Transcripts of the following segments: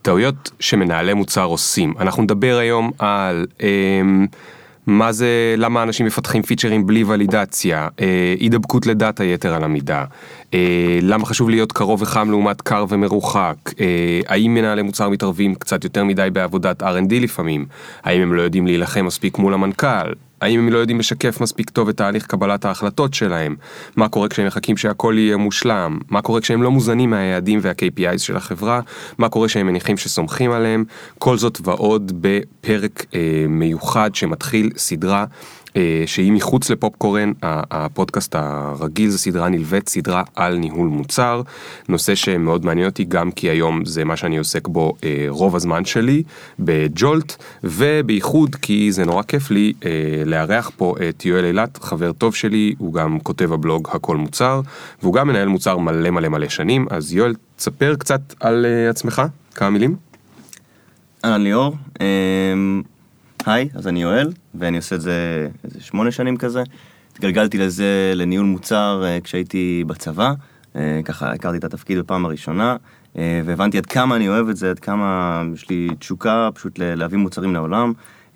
טעויות שמנהלי מוצר עושים. אנחנו נדבר היום על מה זה, למה אנשים מפתחים פיצ'רים בלי ולידציה, הידבקות לדאטה יתר על המידה, למה חשוב להיות קרוב וחם לעומת קר ומרוחק, האם מנהלי מוצר מתערבים קצת יותר מדי בעבודת R&D לפעמים, האם הם לא יודעים להילחם מספיק מול המנכ"ל, האם הם לא יודעים לשקף מספיק טוב את תהליך קבלת ההחלטות שלהם, מה קורה כשהם מחכים שהכל יהיה מושלם, מה קורה כשהם לא מוזנים מהיעדים וה-KPIs של החברה, מה קורה כשהם מניחים שסומכים עליהם, כל זאת ועוד בפרק מיוחד שמתחיל סדרה שהיא מחוץ לפופקורן. הפודקאסט הרגיל זה סדרה נלווית, סדרה על ניהול מוצר, נושא שמאוד מעניין אותי גם כי היום זה מה שאני עוסק בו רוב הזמן שלי בג'ולט, ובייחוד כי זה נורא כיף לי לארח פה את יואל אילת, חבר טוב שלי, הוא גם כותב הבלוג הכל מוצר, והוא גם מנהל מוצר מלא מלא מלא שנים. אז יואל, תספר קצת על עצמך, כמה מילים. ליאור, היי, אז אני יואל, ואני עושה את זה 8 שנים כזה. התגלגלתי לזה לניהול מוצר כשהייתי בצבא, ככה הכרתי את התפקיד בפעם הראשונה, והבנתי עד כמה אני אוהב את זה, עד כמה יש לי תשוקה פשוט להביא מוצרים לעולם,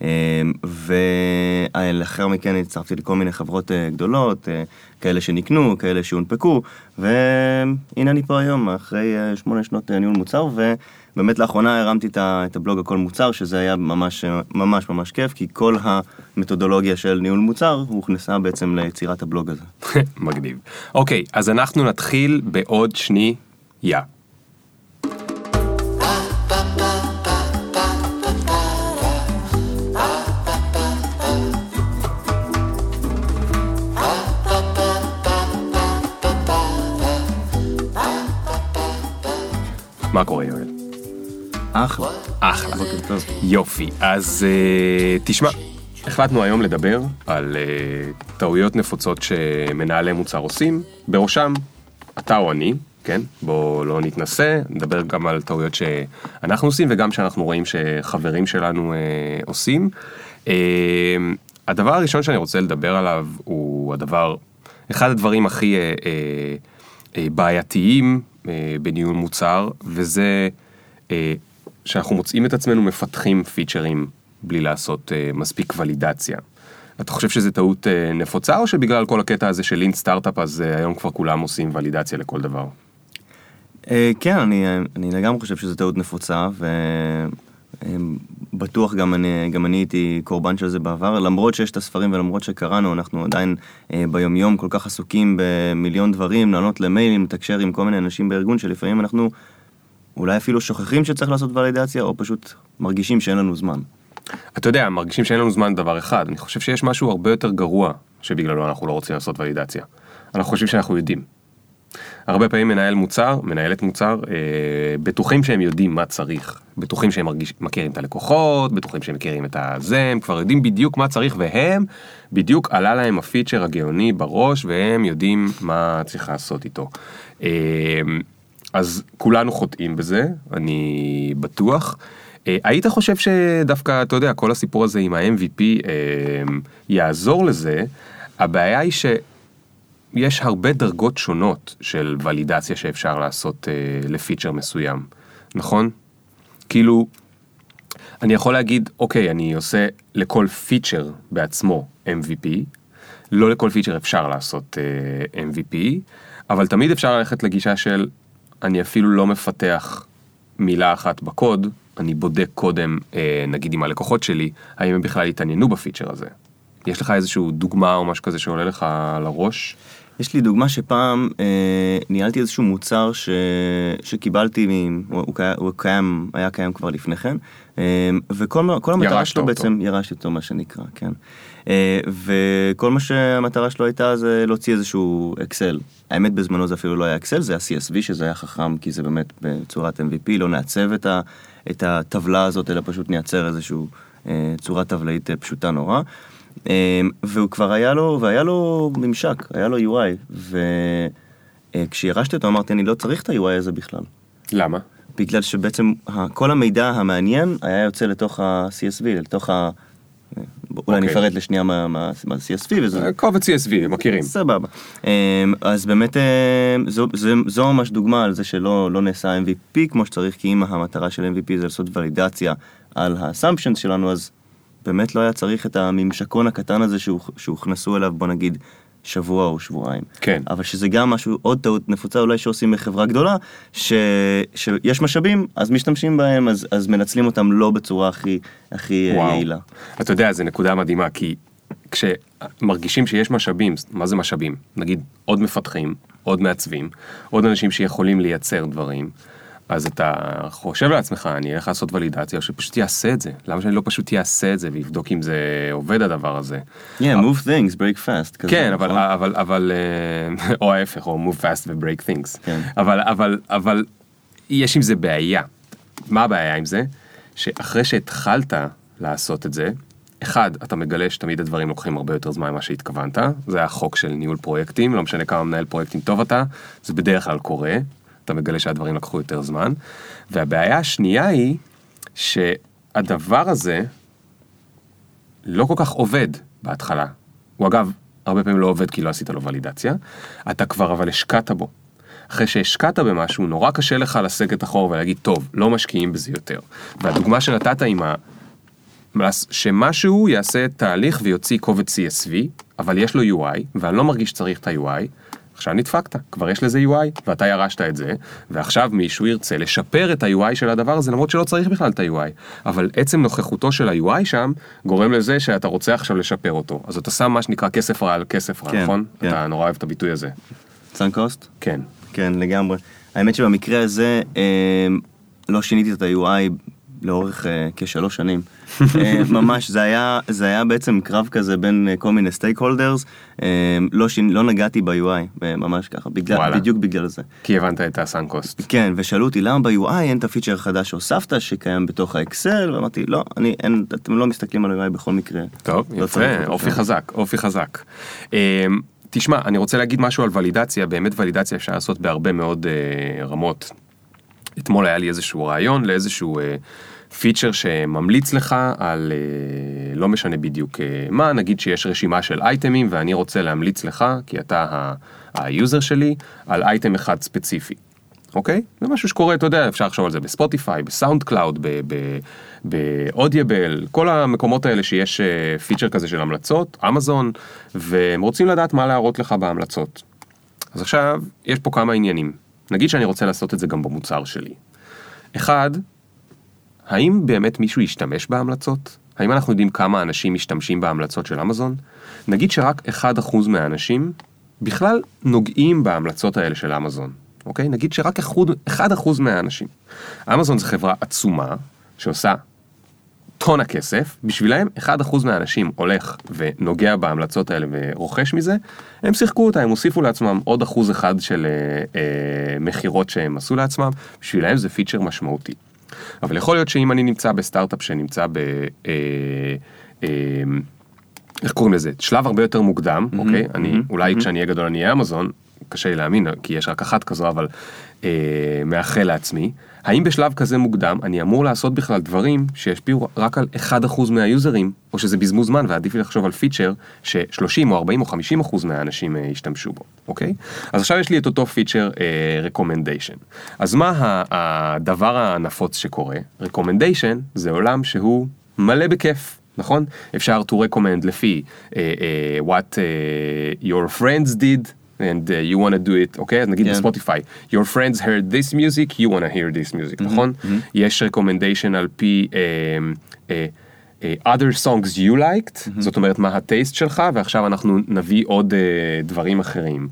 ולאחר מכן הצטרפתי לכל מיני חברות גדולות, כאלה שנקנו, כאלה שהונפקו, והנה אני פה היום, אחרי 8 שנות ניהול מוצר, ובאמת לאחרונה הרמתי את הבלוג הכל מוצר, שזה היה ממש ממש ממש כיף, כי כל המתודולוגיה של ניהול מוצר הוכנסה בעצם ליצירת הבלוג הזה. מגניב. אוקיי, אז אנחנו נתחיל בעוד שנייה. מה קורה יואל? אחלה. אחלה. יופי. אז תשמע, החלטנו היום לדבר על טעויות נפוצות שמנהלי מוצר עושים, בראשם אתה או אני, כן? בוא לא נתנסה, נדבר גם על טעויות שאנחנו עושים וגם שאנחנו רואים שחברים שלנו עושים. הדבר הראשון שאני רוצה לדבר עליו הוא אחד הדברים הכי בעייתיים בניהול מוצר, וזה שאנחנו מוצאים את עצמנו מפתחים פיצ'רים בלי לעשות מספיק ולידציה. אתה חושב שזה טעות נפוצה, או שבגלל כל הקטע הזה של לין סטארט-אפ, אז היום כבר כולם עושים ולידציה לכל דבר? כן, אני לגמרי חושב שזה טעות נפוצה, ובטוח גם אני הייתי קורבן של זה בעבר, למרות שיש את הספרים ולמרות שקראנו, אנחנו עדיין ביומיום כל כך עסוקים במיליון דברים, לענות למיילים, לתקשר עם כל מיני אנשים בארגון, שלפעמים אנחנו אולי אפילו שוכחים שצריך לעשות ולידציה, או פשוט מרגישים שאין לנו זמן. אתה יודע, מרגישים שאין לנו זמן דבר אחד. אני חושב שיש משהו הרבה יותר גרוע שבגללו אנחנו לא רוצים לעשות ולידציה. אנחנו חושבים שאנחנו יודעים. הרבה פעמים מנהלת מוצר, בטוחים שהם יודעים מה צריך, בטוחים שהם מכירים את הלקוחות, בטוחים שהם מכירים את הזה, הם כבר יודעים בדיוק מה צריך, והם בדיוק עלה להם הפיצ'ר הגאוני בראש, והם יודעים מה צריך לעשות איתו. אז כולנו חוטאים בזה, אני בטוח. היית חושב שדווקא, אתה יודע, כל הסיפור הזה עם ה-MVP יעזור לזה? הבעיה היא שיש הרבה דרגות שונות של ולידציה שאפשר לעשות לפיצ'ר מסוים, נכון? כאילו, אני יכול להגיד, אוקיי, אני עושה לכל פיצ'ר בעצמו MVP, לא לכל פיצ'ר אפשר לעשות MVP, אבל תמיד אפשר ללכת לגישה של, אני אפילו לא מפתח מילה אחת בקוד, אני בודק קודם, נגיד עם הלקוחות שלי, האם הם בכלל התעניינו בפיצ'ר הזה. יש לך איזשהו דוגמה או משהו כזה שעולה לך לראש? יש לי דוגמה שפעם ניהלתי איזשהו מוצר שקיבלתי, הוא היה קיים כבר לפני כן, וכל המטרה שלו בעצם, ירשתי אותו מה שנקרא, כן. וכל מה שהמטרה שלו הייתה זה להוציא איזשהו אקסל. האמת בזמנו זה אפילו לא היה אקסל, זה היה CSV, שזה היה חכם, כי זה באמת בצורת MVP, לא נעצב את הטבלה הזאת, אלא פשוט נייצר איזשהו צורה טבלאית פשוטה נורא. והוא כבר היה לו ממשק, היה לו UI, וכשירשתי אותו אמרתי, אני לא צריך את ה-UI הזה בכלל. למה? בגלל שבעצם כל המידע המעניין היה יוצא לתוך ה-CSV, לתוך אולי נפרט לשנייה מה CSV וזה. קובץ CSV, מכירים. סבבה. אז באמת זו ממש דוגמה על זה שלא נעשה MVP כמו שצריך, כי אם המטרה של MVP זה לעשות ולידציה על ה-assumptions שלנו, אז באמת לא היה צריך את הממשקון הקטן הזה שהוכנסו אליו, בוא נגיד, שבוע או שבועיים. כן. אבל שזה גם משהו, עוד טעות נפוצה אולי שעושים בחברה גדולה, שיש משאבים, אז משתמשים בהם, אז מנצלים אותם לא בצורה הכי יעילה. אתה יודע, זו נקודה מדהימה, כי כשמרגישים שיש משאבים, מה זה משאבים? נגיד עוד מפתחים, עוד מעצבים, עוד אנשים שיכולים לייצר דברים, אז אתה חושב לעצמך, אני אלך לעשות ולידציה, או שפשוט יעשה את זה. למה שאני לא פשוט יעשה את זה, ויבדוק אם זה עובד הדבר הזה? Yeah, move things, break fast. כן, אבל, או ההפך, או move fast ו-break things. כן. אבל יש עם זה בעיה. מה הבעיה עם זה? שאחרי שהתחלת לעשות את זה, אחד, אתה מגלה שתמיד הדברים לוקחים הרבה יותר זמן ממה שהתכוונת, זה החוק של ניהול פרויקטים, לא משנה כמה מנהל פרויקטים טוב אתה, זה בדרך כלל קורה, אתה מגלה שהדברים לקחו יותר זמן, והבעיה השנייה היא שהדבר הזה לא כל כך עובד בהתחלה. הוא אגב, הרבה פעמים לא עובד כי לא עשית לו ולידציה, אתה כבר אבל השקעת בו. אחרי שהשקעת במשהו, נורא קשה לך לסגת אחור ולהגיד, טוב, לא משקיעים בזה יותר. והדוגמה שנתת עם שמשהו יעשה תהליך ויוציא קובץ CSV, אבל יש לו UI, ואני לא מרגיש שצריך את ה-UI, עכשיו נדפקת, כבר יש לזה UI, ואתה ירשת את זה, ועכשיו מישהו ירצה לשפר את ה-UI של הדבר הזה, למרות שלא צריך בכלל את ה-UI, אבל עצם נוכחותו של ה-UI שם, גורם לזה שאתה רוצה עכשיו לשפר אותו. אז אתה שם מה שנקרא כסף רע על כסף רע, נכון? כן. אתה נורא אוהב את הביטוי הזה. Sunk cost? כן. כן, לגמרי. האמת שבמקרה הזה, לא שיניתי את ה-UI לאורך כ3 שנים. ממש, זה היה בעצם קרב כזה בין כל מיני סטייק-הולדרס, לא נגעתי ב-UI, ממש ככה, בדיוק בגלל זה. כי הבנת את הסנקוסט. כן, ושאלו אותי למה ב-UI אין את הפיצ'ר החדש שהוספת, שקיים בתוך האקסל, ואמרתי, לא, אתם לא מסתכלים על ה-UI בכל מקרה. טוב, יפה, אופי חזק. תשמע, אני רוצה להגיד משהו על ולידציה, באמת ולידציה אפשר לעשות בהרבה מאוד רמות. אתמול היה לי איזשהו רעיון לאיזשהו פיצ'ר שממליץ לך על, לא משנה בדיוק מה, נגיד שיש רשימה של אייטמים ואני רוצה להמליץ לך, כי אתה היוזר שלי, על אייטם אחד ספציפי. אוקיי? זה משהו שקורה, אתה יודע, אפשר לחשוב על זה בספוטיפיי, בסאונד קלאוד, באודיאבל, כל המקומות האלה שיש פיצ'ר כזה של המלצות, אמזון, והם רוצים לדעת מה להראות לך בהמלצות. אז עכשיו, יש פה כמה עניינים. נגיד שאני רוצה לעשות את זה גם במוצר שלי. אחד, האם באמת מישהו ישתמש בהמלצות? האם אנחנו יודעים כמה אנשים משתמשים בהמלצות של אמזון? נגיד שרק 1% מהאנשים בכלל נוגעים בהמלצות האלה של אמזון. אוקיי? נגיד שרק 1% מהאנשים. אמזון זה חברה עצומה שעושה טון הכסף, בשבילהם 1% מהאנשים הולך ונוגע בהמלצות האלה ורוכש מזה, הם שיחקו אותה, הם הוסיפו לעצמם עוד 1% של מחירות שהם עשו לעצמם, בשבילהם זה פיצ'ר משמעותי. אבל יכול להיות שאם אני נמצא בסטארט-אפ שנמצא איך קוראים לזה? שלב הרבה יותר מוקדם, אוקיי? אולי כשאני אהיה גדול אני אהיה אמזון, קשה לי להאמין, כי יש רק אחת כזו, אבל מאחל לעצמי. האם בשלב כזה מוקדם אני אמור לעשות בכלל דברים שישפיעו רק על 1% מהיוזרים, או שזה בזבוז זמן, ועדיף לי לחשוב על פיצ'ר ש30 או 40 או 50% מהאנשים ישתמשו בו, אוקיי? אז עכשיו יש לי את אותו פיצ'ר recommendation. אז מה הדבר הנפוץ שקורה? recommendation זה עולם שהוא מלא בכיף. נכון? אפשר to recommend לפי what your friends did and you want to do it, אוקיי? אז נגיד בספוטיפיי, your friends heard this music, you want to hear this music, נכון? יש recommendation על פי other songs you liked, זאת אומרת מה הטייסט שלך, ועכשיו אנחנו נביא עוד דברים אחרים.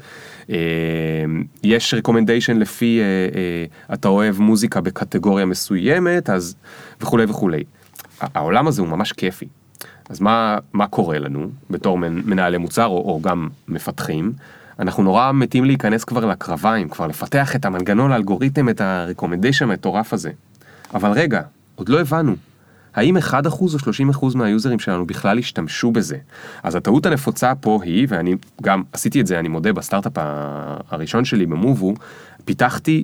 יש recommendation לפי אתה אוהב מוזיקה בקטגוריה מסוימת, אז וכולי וכולי. העולם הזה הוא ממש כיפי. אז מה קורה לנו בתור מנהלי מוצר או גם מפתחים? אנחנו נורא מתים להיכנס כבר לקרביים, כבר לפתח את המנגנון, האלגוריתם, את ה-recommendation המטורף הזה. אבל רגע, עוד לא הבנו. האם 1% או 30% מהיוזרים שלנו בכלל השתמשו בזה? אז הטעות הנפוצה פה היא, ואני גם עשיתי את זה, אני מודה, בסטארט-אפ הראשון שלי במובו,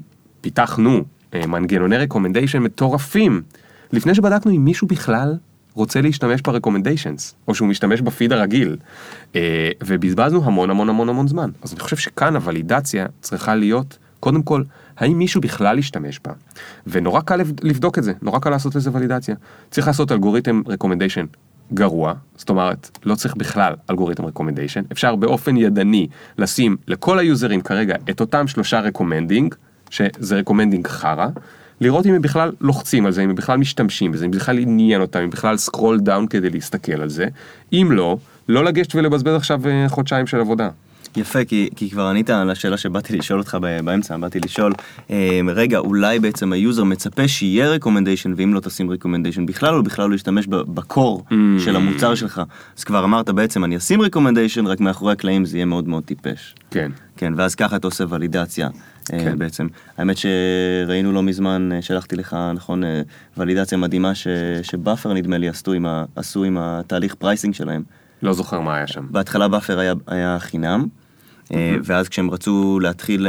פיתחנו מנגנוני recommendation מטורפים, לפני שבדקנו אם מישהו בכלל רוצה להשתמש ב-recommendations, או שהוא משתמש בפיד הרגיל, ובזבזנו המון המון המון המון זמן. אז אני חושב שכאן הוולידציה צריכה להיות, קודם כל, האם מישהו בכלל ישתמש בה? ונורא קל לבדוק את זה, נורא קל לעשות לזה ולידציה. צריך לעשות אלגוריתם recommendation גרוע, זאת אומרת, לא צריך בכלל אלגוריתם recommendation, אפשר באופן ידני לשים לכל היוזרים כרגע את אותם 3 recommending, שזה recommending חרה, לראות אם הם בכלל לוחצים על זה, אם הם בכלל משתמשים בזה, אם בכלל עניין אותם, אם בכלל סקרול דאון כדי להסתכל על זה, אם לא, לא לגשת ולבזבז עכשיו חודשיים של עבודה. יפה, כי כבר ענית על השאלה שבאתי לשאול אותך באמצע, באתי לשאול, רגע, אולי בעצם היוזר מצפה שיהיה recommendation, ואם לא תשים recommendation בכלל, או בכלל לא להשתמש בקור של המוצר שלך. אז כבר אמרת בעצם, אני אשים recommendation, רק מאחורי הקלעים זה יהיה מאוד מאוד טיפש. כן. כן, ואז ככה אתה עושה ולידציה בעצם. האמת שראינו לא מזמן, שלחתי לך, נכון, ולידציה מדהימה שבאפר נדמה לי עשו עם התהליך פרייסינג שלהם. לא זוכר מה היה שם. בהתחלה באפר היה חינם, ואז כשהם רצו להתחיל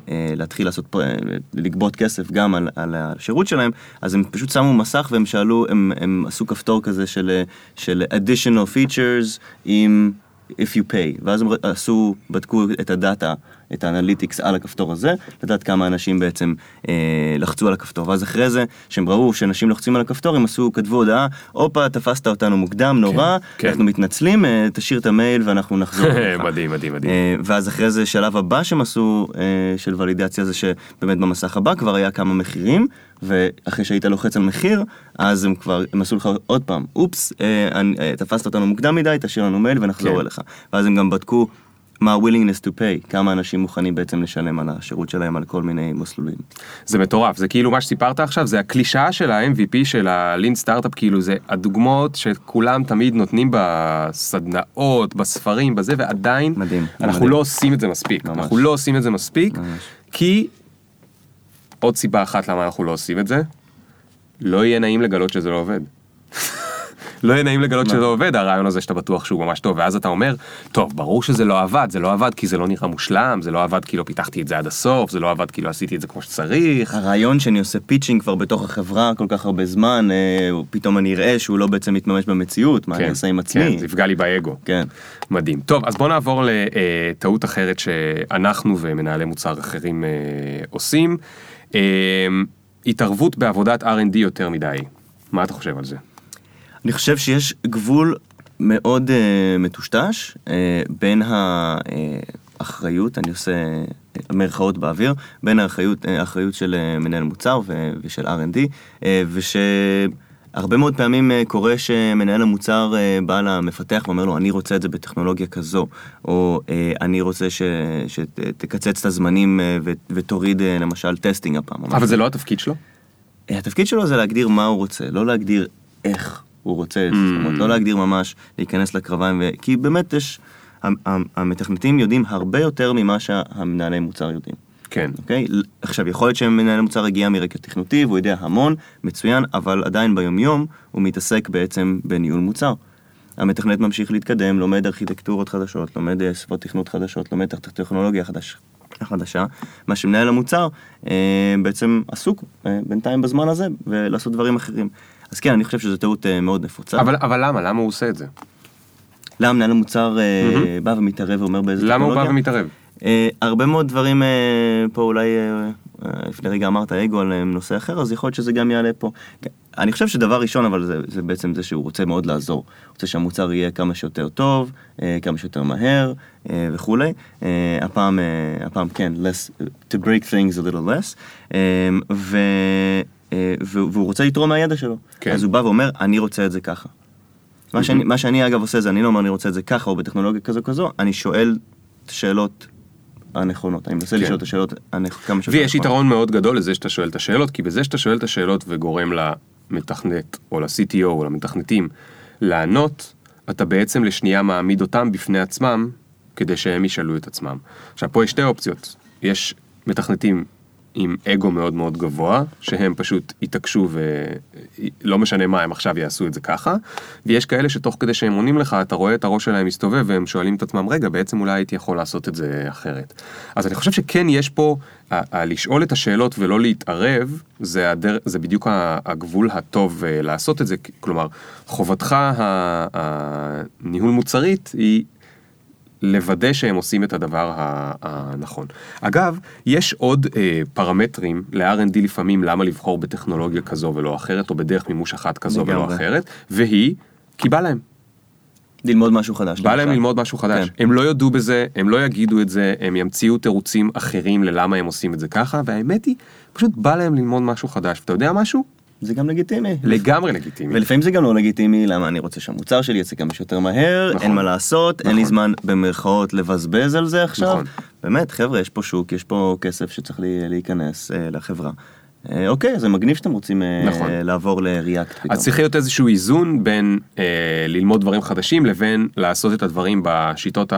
לגבות כסף גם על השירות שלהם, אז הם פשוט שמו מסך והם שאלו, הם עשו כפתור כזה של additional features עם if you pay, ואז הם בדקו את הדאטה, את האנליטיקס על הכפתור הזה, לדעת כמה אנשים בעצם לחצו על הכפתור, ואז אחרי זה, שהם ראו שאנשים לוחצים על הכפתור, הם כתבו הודעה, אופה, תפסת אותנו מוקדם, נורא, אנחנו מתנצלים, תשאיר את המייל ואנחנו נחזור לך. מדהים, מדהים, מדהים. ואז אחרי זה, שלב הבא שהם עשו של ולידציה, זה שבאמת במסך הבא כבר היה כמה מחירים, ואחרי שהיית לוחץ על מחיר, אז הם עשו לך עוד פעם, אופס, תפסת אותנו מוקדם מדי, תשאיר לנו מייל ונחזור אליך. ואז הם גם בדקו מה ה-willingness to pay, כמה אנשים מוכנים בעצם לשלם על השירות שלהם, על כל מיני מסלולים. זה מטורף, זה כאילו מה שסיפרת עכשיו, זה הקלישאה של ה-MVP, של ה-Lean Startup, כאילו זה הדוגמאות שכולם תמיד נותנים בסדנאות, בספרים, בזה, ועדיין אנחנו לא עושים את זה מספיק. אנחנו לא עושים את זה מספיק, כי עוד סיבה אחת למה אנחנו לא עושים את זה, לא יהיה נעים לגלות שזה לא עובד. לא יהיה נעים לגלות שזה עובד, הרעיון הזה שאתה בטוח שהוא ממש טוב, ואז אתה אומר, טוב, ברור שזה לא עבד, זה לא עבד כי זה לא נראה מושלם, זה לא עבד כי לא פיתחתי את זה עד הסוף, זה לא עבד כי לא עשיתי את זה כמו שצריך. הרעיון שאני עושה פיצ'ינג כבר בתוך החברה כל כך הרבה זמן, פתאום אני אראה שהוא לא בעצם מתממש במציאות, מה אני אעשה עם עצמי. כן, זה יפגע לי באגו. כן. מדהים. טוב, אז בוא נעבור לטעות אחרת שאנחנו ומנהלי מוצר אחרים עושים. התערבות בעבודת R&D יותר מדי. מה אתה חושב על זה? אני חושב שיש גבול מאוד מטושטש בין האחריות, אני עושה מרכאות באוויר, בין האחריות של מנהל מוצר ושל R&D, ושהרבה מאוד פעמים קורה שמנהל המוצר בא למפתח ואומר לו, אני רוצה את זה בטכנולוגיה כזו, או אני רוצה שתקצץ את הזמנים ותוריד למשל טסטינג הפעם. אבל זה לא התפקיד שלו? התפקיד שלו זה להגדיר מה הוא רוצה, לא להגדיר איך הוא רוצה, זאת אומרת, לא להגדיר ממש, להיכנס לקרביים, כי באמת המתכנתים יודעים הרבה יותר ממה שהמנהלי מוצר יודעים. כן. אוקיי? עכשיו, יכול להיות שמנהל מוצר הגיע מרקע תכנותי, והוא יודע המון, מצוין, אבל עדיין ביום-יום הוא מתעסק בעצם בניהול מוצר. המתכנת ממשיך להתקדם, לומד ארכיטקטורות חדשות, לומד סביבות תכנות חדשות, לומד טכנולוגיה חדשה, מה שמנהל המוצר בעצם עסוק בינתיים בזמן הזה, ולעשות דברים אחרים. אז כן, אני חושב שזו טעות מאוד נפוצה. אבל למה? למה הוא עושה את זה? למה מנהל המוצר בא ומתערב ואומר באיזה טכנולוגיה? למה הוא בא ומתערב? הרבה מאוד דברים פה אולי, לפני רגע אמרת אגו על נושא אחר, אז יכול להיות שזה גם יעלה פה. אני חושב שדבר ראשון, אבל זה בעצם זה שהוא רוצה מאוד לעזור. הוא רוצה שהמוצר יהיה כמה שיותר טוב, כמה שיותר מהר וכולי. הפעם כן, to break things a little less. והוא רוצה לתרום מהידע שלו. כן. אז הוא בא ואומר, אני רוצה את זה ככה. מה שאני אגב עושה זה, אני לא אומר אני רוצה את זה ככה, או בטכנולוגיה כזו, אני שואל את השאלות הנכונות. אני מנסה לשאול את השאלות כמה שיותר נכונות. ויש יתרון מאוד גדול לזה שאתה שואל את השאלות, כי בזה שאתה שואל את השאלות וגורם למתכנת, או ל-CTO, או למתכנתים, לענות, אתה בעצם לשנייה מעמיד אותם בפני עצמם, כדי שהם ישאלו את עצמם. עכשיו, פה יש שתי אופציות. יש מתכנתים עם אגו מאוד מאוד גבוה, שהם פשוט יתעקשו ולא משנה מה, הם עכשיו יעשו את זה ככה, ויש כאלה שתוך כדי שהם עונים לך, אתה רואה את הראש שלהם מסתובב, והם שואלים את עצמם, רגע, בעצם אולי הייתי יכול לעשות את זה אחרת. אז אני חושב שכן יש פה, לשאול את השאלות ולא להתערב, זה בדיוק הגבול הטוב לעשות את זה, כלומר, חובתך הניהול מוצרית היא לוודא שהם עושים את הדבר הנכון. אגב, יש עוד פרמטרים ל-R&D לפעמים למה לבחור בטכנולוגיה כזו ולא אחרת, או בדרך מימוש אחת כזו ולא אחרת, והיא, כי בא להם. ללמוד משהו חדש. בא להם ללמוד משהו חדש. הם לא יודו בזה, הם לא יגידו את זה, הם ימציאו תירוצים אחרים ללמה הם עושים את זה ככה, והאמת היא, פשוט בא להם ללמוד משהו חדש. ואתה יודע משהו? זה גם לגיטימי. לגמרי לגיטימי. ולפעמים זה גם לא לגיטימי, למה אני רוצה שהמוצר שלי יצא כמה שיותר מהר, אין מה לעשות, אין לי זמן במרכאות לבזבז על זה עכשיו. באמת, חבר'ה, יש פה שוק, יש פה כסף שצריך להיכנס לחברה. אוקיי, זה מגניב שאתם רוצים לעבור לריאקט. אז צריך להיות איזשהו איזון בין ללמוד דברים חדשים, לבין לעשות את הדברים בשיטות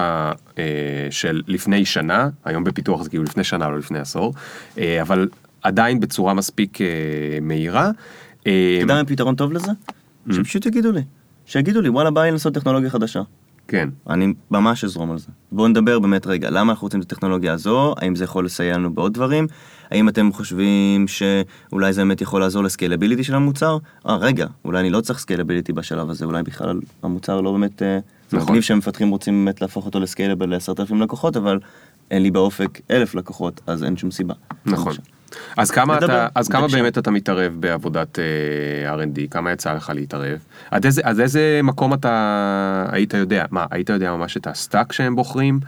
של לפני שנה, היום בפיתוח זה כאילו לפני שנה, לא לפני עשור, אבל עדיין בצורה מספיק מהירה. אתה יודע מה פתרון טוב לזה? שפשוט שיגידו לי, וואלה, בא לי לעשות טכנולוגיה חדשה. כן. אני ממש אזרום על זה. בואו נדבר באמת רגע, למה אנחנו רוצים את הטכנולוגיה הזו? האם זה יכול לסייע לנו בעוד דברים? האם אתם חושבים שאולי זה באמת יכול לעזור לסקיילביליטי של המוצר? רגע, אולי אני לא צריך סקיילביליטי בשלב הזה, אולי בכלל המוצר לא באמת... זה מגניב שהמפתחים רוצים באמת להפוך אותו לסקיילבל ל10,000 לקוחות, אבל אין לי באופק 1,000 לקוחות, אז אין שום סיבה. נכון. אז כמה באמת אתה מתערב בעבודת R&D? כמה יצא לך להתערב? עד איזה מקום אתה היית יודע? מה, היית יודע ממש את הסטאק שהם בוחרים?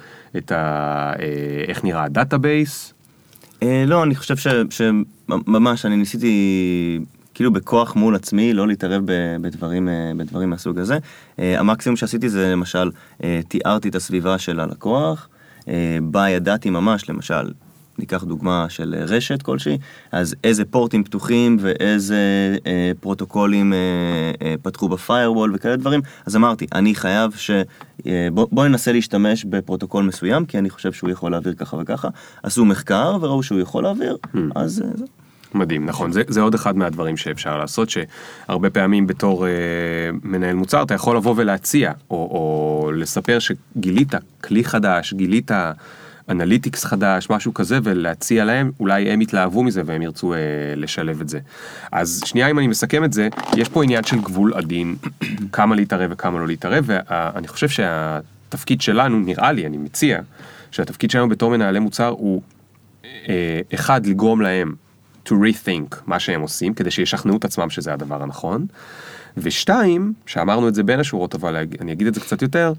איך נראה הדאטאבייס? לא, אני חושב שממש אני ניסיתי כאילו בכוח מול עצמי, לא להתערב בדברים מהסוג הזה. המקסימום שעשיתי זה למשל, תיארתי את הסביבה של הלקוח, בה ידעתי ממש, למשל, ניקח דוגמה של רשת כלשהי, אז איזה פורטים פתוחים ואיזה פרוטוקולים פתחו בפיירוול וכאלה דברים, אז אמרתי, אני חייב בוא ננסה להשתמש בפרוטוקול מסוים, כי אני חושב שהוא יכול להעביר ככה וככה, עשו מחקר וראו שהוא יכול להעביר, אז זה. מדהים, נכון, זה עוד אחד מהדברים שאפשר לעשות, שהרבה פעמים בתור מנהל מוצר, אתה יכול לבוא ולהציע, או לספר שגילית כלי חדש, גילית אנליטיקס חדש, משהו כזה, ולהציע להם, אולי הם יתלהבו מזה והם ירצו לשלב את זה. אז שנייה, אם אני מסכם את זה, יש פה עניין של גבול עדין, כמה להתערב וכמה לא להתערב, ואני חושב שהתפקיד שלנו, נראה לי, אני מציע, שהתפקיד שלנו בתור מנהלי מוצר הוא, אחד, לגרום להם to rethink מה שהם עושים, כדי שישכנעו את עצמם שזה הדבר הנכון, ושתיים, שאמרנו את זה בין השורות, אבל אני אגיד את זה קצת יותר,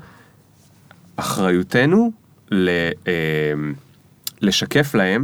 אחריותנו לשקף להם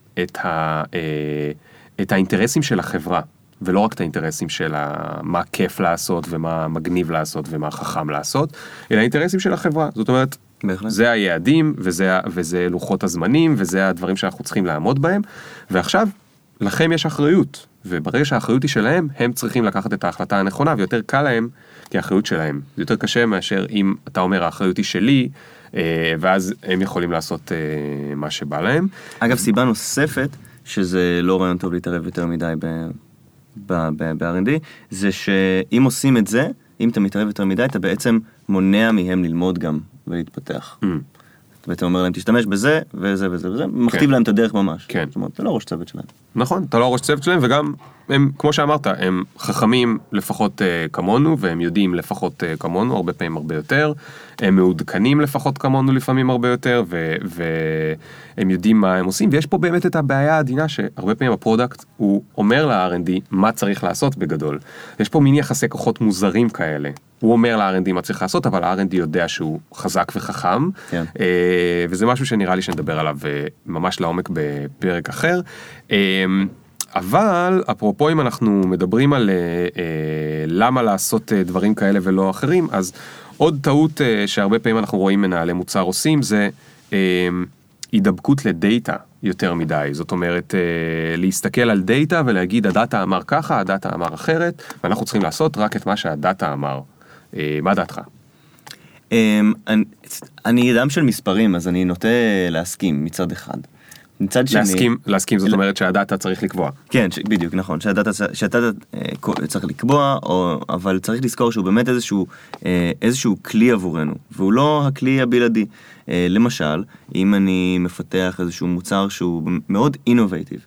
את האינטרסים של החברה, ולא רק את האינטרסים של מה כיף לעשות, ומה מגניב לעשות, ומה חכם לעשות, אלא האינטרסים של החברה. זאת אומרת, זה היעדים, וזה לוחות הזמנים, וזה הדברים שאנחנו צריכים לעמוד בהם, ועכשיו, לכם יש אחריות, וברגע שהאחריות היא שלהם, הם צריכים לקחת את ההחלטה הנכונה, ויותר קל להם, כי האחריות שלהם. זה יותר קשה מאשר אם אתה אומר, האחריות היא שלי, ואז הם יכולים לעשות מה שבא להם. אגב, סיבה נוספת, שזה לא רעיון טוב להתערב יותר מדי ב-R&D, זה שאם עושים את זה, אם אתה מתערב יותר מדי, אתה בעצם מונע מהם ללמוד גם ולהתפתח. אתה בעצם אומר להם, תשתמש בזה, וזה וזה וזה, מכתיב להם את הדרך ממש. כן. זאת אומרת, אתה לא ראש צוות שלהם. נכון, אתה לא ראש צוות שלהם, וגם הם, כמו שאמרת, הם חכמים לפחות כמונו, והם יודעים לפחות כמונו, הרבה פעמים הרבה יותר, הם מעודכנים לפחות כמונו לפעמים הרבה יותר, והם יודעים מה הם עושים, ויש פה באמת את הבעיה העדינה, שהרבה פעמים הפרודקט, הוא אומר ל-R&D מה צריך לעשות בגדול. יש פה מין יחסי כוחות מוזרים כאלה. הוא אומר ל-R&D מה צריך לעשות, אבל ה-R&D יודע שהוא חזק וחכם, כן. וזה משהו שנראה לי שנדבר עליו ממש לעומק בפרק אחר. אבל, אפרופו אם אנחנו מדברים על למה לעשות דברים כאלה ולא אחרים, אז עוד טעות שהרבה פעמים אנחנו רואים מנהלי מוצר עושים, זה הידבקות לדאטה יותר מדי. זאת אומרת, להסתכל על דאטה ולהגיד, הדאטה אמר ככה, הדאטה אמר אחרת, ואנחנו צריכים לעשות רק את מה שהדאטה אמר. מה דעתך? אני אדם של מספרים, אז אני נוטה להסכים מצד אחד. מצד שני... להסכים זאת אומרת שהדאטה צריך לקבוע. כן, בדיוק, נכון, שהדאטה צריך לקבוע, אבל צריך לזכור שהוא באמת איזשהו כלי עבורנו, והוא לא הכלי הבלעדי. למשל, אם אני מפתח איזשהו מוצר שהוא מאוד אינובייטיב,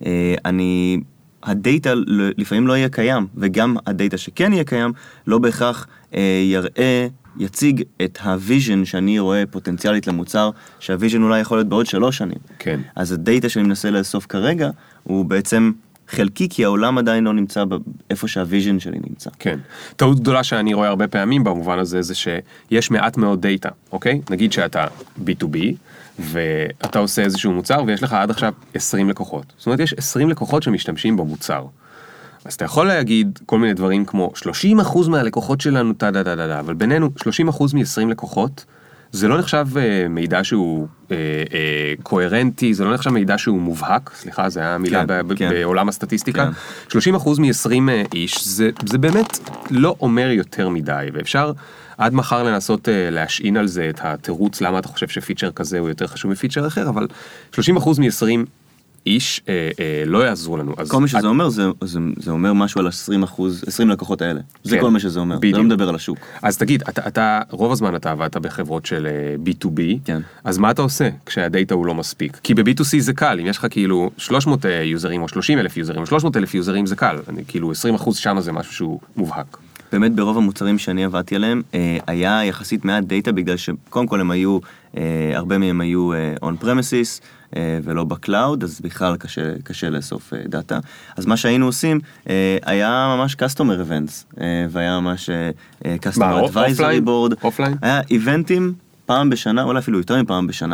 הדאטה לפעמים לא יהיה קיים, וגם הדאטה שכן יהיה קיים, לא בהכרח יציג את הוויז'ן שאני רואה פוטנציאלית למוצר, שהוויז'ן אולי יכול להיות בעוד 3 שנים. כן. אז הדאטה שאני מנסה לאסוף כרגע, הוא בעצם חלקי, כי העולם עדיין לא נמצא איפה שהוויז'ן שלי נמצא. כן. טעות גדולה שאני רואה הרבה פעמים במובן הזה, זה שיש מעט מאוד דאטה, אוקיי? נגיד שאתה B2B, ואתה עושה איזשהו מוצר, ויש לך עד עכשיו 20 לקוחות. זאת אומרת, יש 20 לקוחות שמשתמשים במוצר. אז אתה יכול להגיד כל מיני דברים כמו 30% מהלקוחות שלנו, אבל בינינו 30% מ-20 לקוחות, זה לא נחשב מידע שהוא קוהרנטי, זה לא נחשב מידע שהוא מובהק, סליחה, זה היה מילה בעולם הסטטיסטיקה. 30% מ-20 איש, זה באמת לא אומר יותר מדי, ואפשר עד מחר לנסות להשעין על זה את התירוץ, למה אתה חושב שפיצ'ר כזה הוא יותר חשוב מפיצ'ר אחר, אבל 30% מ-20 איש לא יעזרו לנו. כל מה שזה אומר, זה אומר משהו על 20 לקוחות האלה. זה כל מה שזה אומר, זה לא מדבר על השוק. אז תגיד, רוב הזמן אתה עבדת בחברות של B2B, אז מה אתה עושה כשהדאטה הוא לא מספיק? כי ב-B2C זה קל, אם יש לך כאילו 300 יוזרים או 30,000 יוזרים או 300,000 יוזרים זה קל, כאילו 20% שם זה משהו שהוא מובהק. באמת ברוב המוצרים שאני עבדתי עליהם, היה יחסית מעט דאטה, בגלל שקודם כל הם היו, הרבה מהם היו on premises, ולא בקלאוד, אז בכלל קשה לאסוף דאטה. אז מה שהיינו עושים, היה ממש customer events, והיה ממש customer advisory board. אופליין? היה איבנטים פעם בשנה, אולי אפילו יותר מפעם בשנה,